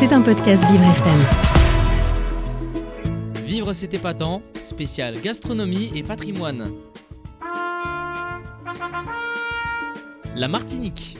C'est un podcast Vivre FM. Vivre c'est épatant, spécial gastronomie et patrimoine. La Martinique.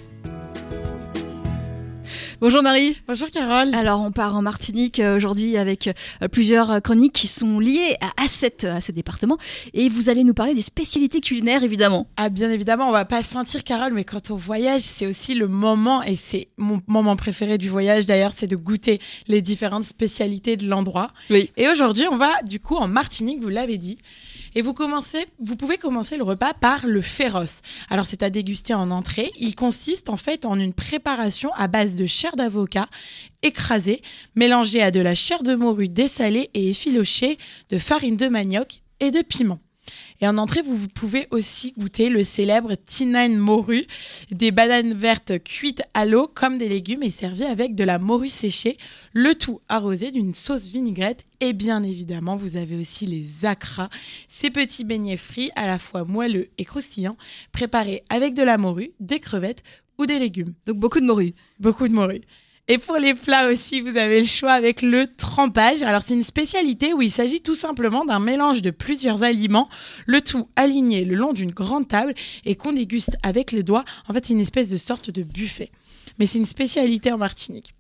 Bonjour Marie. Bonjour Carole. Alors on part en Martinique aujourd'hui avec plusieurs chroniques qui sont liées à ce département et vous allez nous parler des spécialités culinaires évidemment. Ah bien évidemment, on va pas se mentir Carole, mais quand on voyage, c'est aussi le moment, et c'est mon moment préféré du voyage d'ailleurs, c'est de goûter les différentes spécialités de l'endroit. Oui. Et aujourd'hui, on va du coup en Martinique, vous l'avez dit. Et vous pouvez commencer le repas par le féroce. Alors c'est à déguster en entrée. Il consiste en fait en une préparation à base de chair d'avocat écrasée, mélangée à de la chair de morue dessalée et effilochée, de farine de manioc et de piment. Et en entrée, vous pouvez aussi goûter le célèbre tinane morue, des bananes vertes cuites à l'eau comme des légumes et servies avec de la morue séchée, le tout arrosé d'une sauce vinaigrette. Et bien évidemment, vous avez aussi les akras, ces petits beignets frits à la fois moelleux et croustillants, préparés avec de la morue, des crevettes ou des légumes. Donc beaucoup de morue. Beaucoup de morue. Et pour les plats aussi, vous avez le choix avec le trempage. Alors, c'est une spécialité où il s'agit tout simplement d'un mélange de plusieurs aliments, le tout aligné le long d'une grande table et qu'on déguste avec les doigts. En fait, c'est une espèce de sorte de buffet. Mais c'est une spécialité en Martinique.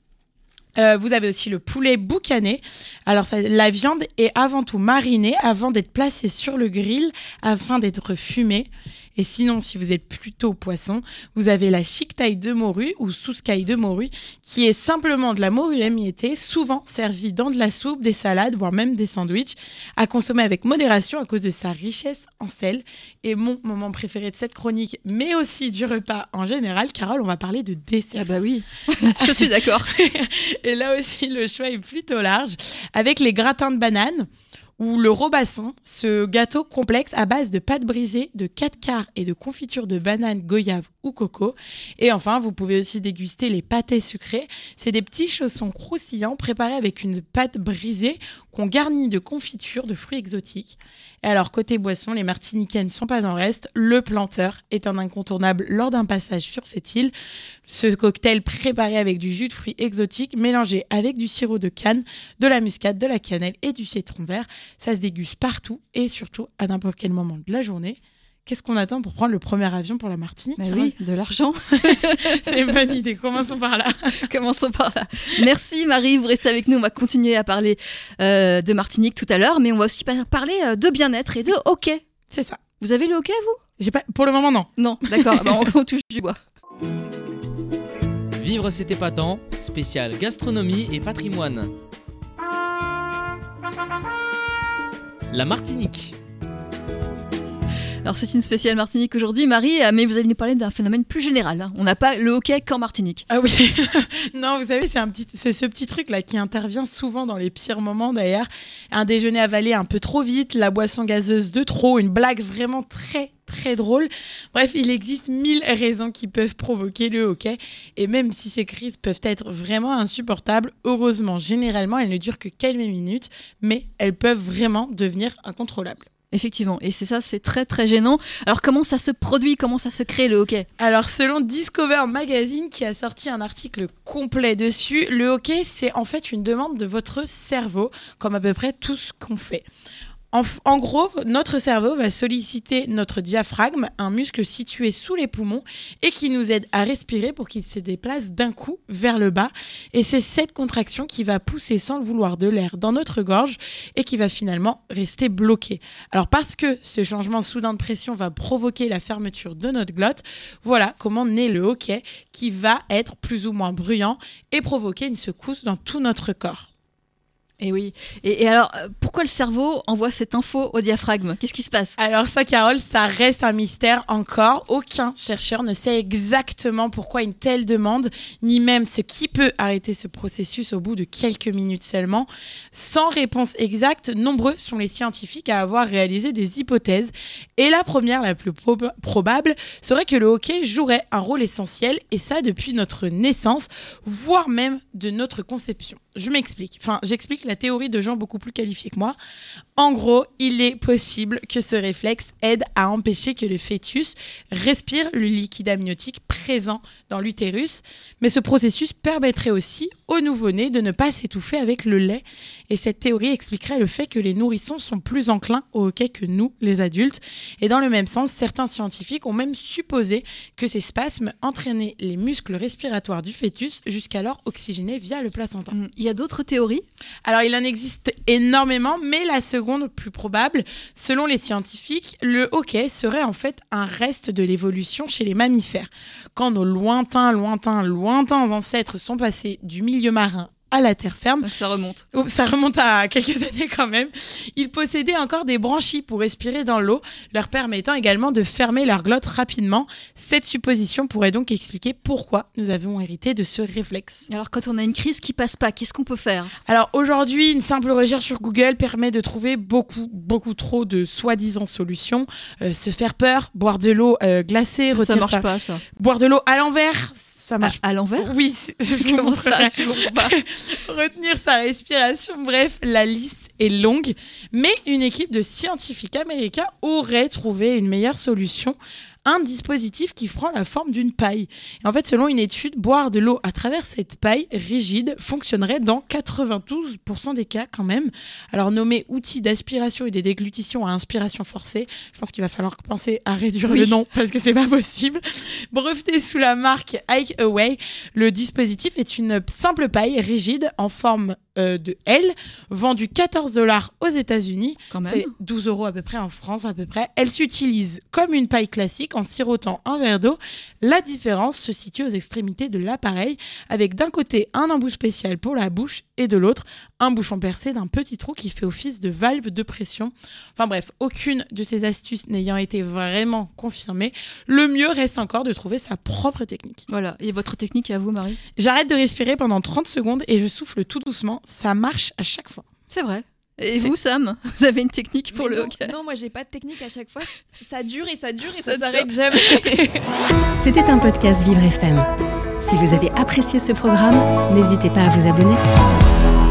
Vous avez aussi le poulet boucané. Alors, la viande est avant tout marinée avant d'être placée sur le grill afin d'être fumée. Et sinon, si vous êtes plutôt poisson, vous avez la chiquetaille de morue ou souscaille de morue, qui est simplement de la morue émiettée, souvent servie dans de la soupe, des salades, voire même des sandwichs, à consommer avec modération à cause de sa richesse en sel. Et mon moment préféré de cette chronique, mais aussi du repas en général, Carole, on va parler de dessert. Ah bah oui, je suis d'accord. Et là aussi, le choix est plutôt large, avec les gratins de banane ou le robasson, ce gâteau complexe à base de pâte brisée, de 4 quarts et de confiture de banane, goyave ou coco. Et enfin, vous pouvez aussi déguster les pâtés sucrés. C'est des petits chaussons croustillants préparés avec une pâte brisée qu'on garnit de confiture de fruits exotiques. Et alors, côté boisson, les Martiniquais ne sont pas en reste. Le planteur est un incontournable lors d'un passage sur cette île. Ce cocktail préparé avec du jus de fruits exotiques mélangé avec du sirop de canne, de la muscade, de la cannelle et du citron vert. Ça se déguste partout et surtout à n'importe quel moment de la journée. Qu'est-ce qu'on attend pour prendre le premier avion pour la Martinique? Bah oui, de l'argent. C'est une bonne idée, commençons par là. Commençons par là. Merci Marie, vous restez avec nous, on va continuer à parler de Martinique tout à l'heure, mais on va aussi parler de bien-être et de hockey. C'est ça. Vous avez le hockey, vous? Pour le moment, non. Non, d'accord, on touche du bois. Vivre c'est épatant, spécial gastronomie et patrimoine. La Martinique. Alors c'est une spéciale Martinique aujourd'hui, Marie, mais vous allez nous parler d'un phénomène plus général. Hein. On n'a pas le hockey qu'en Martinique. Ah oui, non, vous savez, c'est ce petit truc là qui intervient souvent dans les pires moments d'ailleurs. Un déjeuner avalé un peu trop vite, la boisson gazeuse de trop, une blague vraiment très drôle. Bref, il existe 1000 raisons qui peuvent provoquer le hockey. Et même si ces crises peuvent être vraiment insupportables, heureusement, généralement, elles ne durent que quelques minutes, mais elles peuvent vraiment devenir incontrôlables. Effectivement, et c'est très gênant. Alors comment ça se produit, comment ça se crée le hockey? Alors selon Discover Magazine qui a sorti un article complet dessus, le hockey c'est en fait une demande de votre cerveau, comme à peu près tout ce qu'on fait. En gros, notre cerveau va solliciter notre diaphragme, un muscle situé sous les poumons et qui nous aide à respirer pour qu'il se déplace d'un coup vers le bas. Et c'est cette contraction qui va pousser sans le vouloir de l'air dans notre gorge et qui va finalement rester bloqué. Alors parce que ce changement soudain de pression va provoquer la fermeture de notre glotte, voilà comment naît le hockey qui va être plus ou moins bruyant et provoquer une secousse dans tout notre corps. Et oui. Et alors, pourquoi le cerveau envoie cette info au diaphragme? Qu'est-ce qui se passe? Alors ça, Carole, ça reste un mystère encore. Aucun chercheur ne sait exactement pourquoi une telle demande, ni même ce qui peut arrêter ce processus au bout de quelques minutes seulement. Sans réponse exacte, nombreux sont les scientifiques à avoir réalisé des hypothèses. Et la première, la plus probable, serait que le hockey jouerait un rôle essentiel, et ça depuis notre naissance, voire même de notre conception. J'explique la théorie de gens beaucoup plus qualifiés que moi. En gros, il est possible que ce réflexe aide à empêcher que le fœtus respire le liquide amniotique présent dans l'utérus. Mais ce processus permettrait aussi au nouveau-né de ne pas s'étouffer avec le lait. Et cette théorie expliquerait le fait que les nourrissons sont plus enclins au hockey que nous, les adultes. Et dans le même sens, certains scientifiques ont même supposé que ces spasmes entraînaient les muscles respiratoires du fœtus, jusqu'alors oxygénés via le placenta. Il y a d'autres théories ? Alors, il en existe énormément, mais la seconde plus probable, selon les scientifiques, le hockey serait en fait un reste de l'évolution chez les mammifères. Quand nos lointains ancêtres sont passés du milieu marin à la terre ferme. Ça remonte. Ça remonte à quelques années quand même. Ils possédaient encore des branchies pour respirer dans l'eau, leur permettant également de fermer leur glotte rapidement. Cette supposition pourrait donc expliquer pourquoi nous avons hérité de ce réflexe. Alors quand on a une crise qui passe pas, qu'est-ce qu'on peut faire ? Alors aujourd'hui, une simple recherche sur Google permet de trouver beaucoup trop de soi-disant solutions. Se faire peur, boire de l'eau glacée, Ça marche pas, ça. Boire de l'eau à l'envers. Ça marche. À l'envers ? Oui, je vous Comment montrerai. ça ? Retenir sa respiration, bref, la liste est longue. Mais une équipe de scientifiques américains aurait trouvé une meilleure solution. Un dispositif qui prend la forme d'une paille. Et en fait, selon une étude, boire de l'eau à travers cette paille rigide fonctionnerait dans 92% des cas quand même. Alors, nommé outil d'aspiration et de déglutition à inspiration forcée, je pense qu'il va falloir penser à réduire le nom parce que c'est pas possible. Breveté sous la marque Hike Away, le dispositif est une simple paille rigide en forme de L, vendue $14 aux États-Unis. C'est 12 € à peu près en France à peu près. Elle s'utilise comme une paille classique en sirotant un verre d'eau. La différence se situe aux extrémités de l'appareil, avec d'un côté un embout spécial pour la bouche et de l'autre un bouchon percé d'un petit trou qui fait office de valve de pression. Enfin bref, aucune de ces astuces n'ayant été vraiment confirmée, le mieux reste encore de trouver sa propre technique. Voilà, et votre technique est à vous, Marie ? J'arrête de respirer pendant 30 secondes et je souffle tout doucement. Ça marche à chaque fois. C'est vrai. Et vous, Sam, vous avez une technique pour le hockey ? Non, moi j'ai pas de technique à chaque fois. Ça dure et ça s'arrête jamais. C'était un podcast Vivre FM. Si vous avez apprécié ce programme, n'hésitez pas à vous abonner.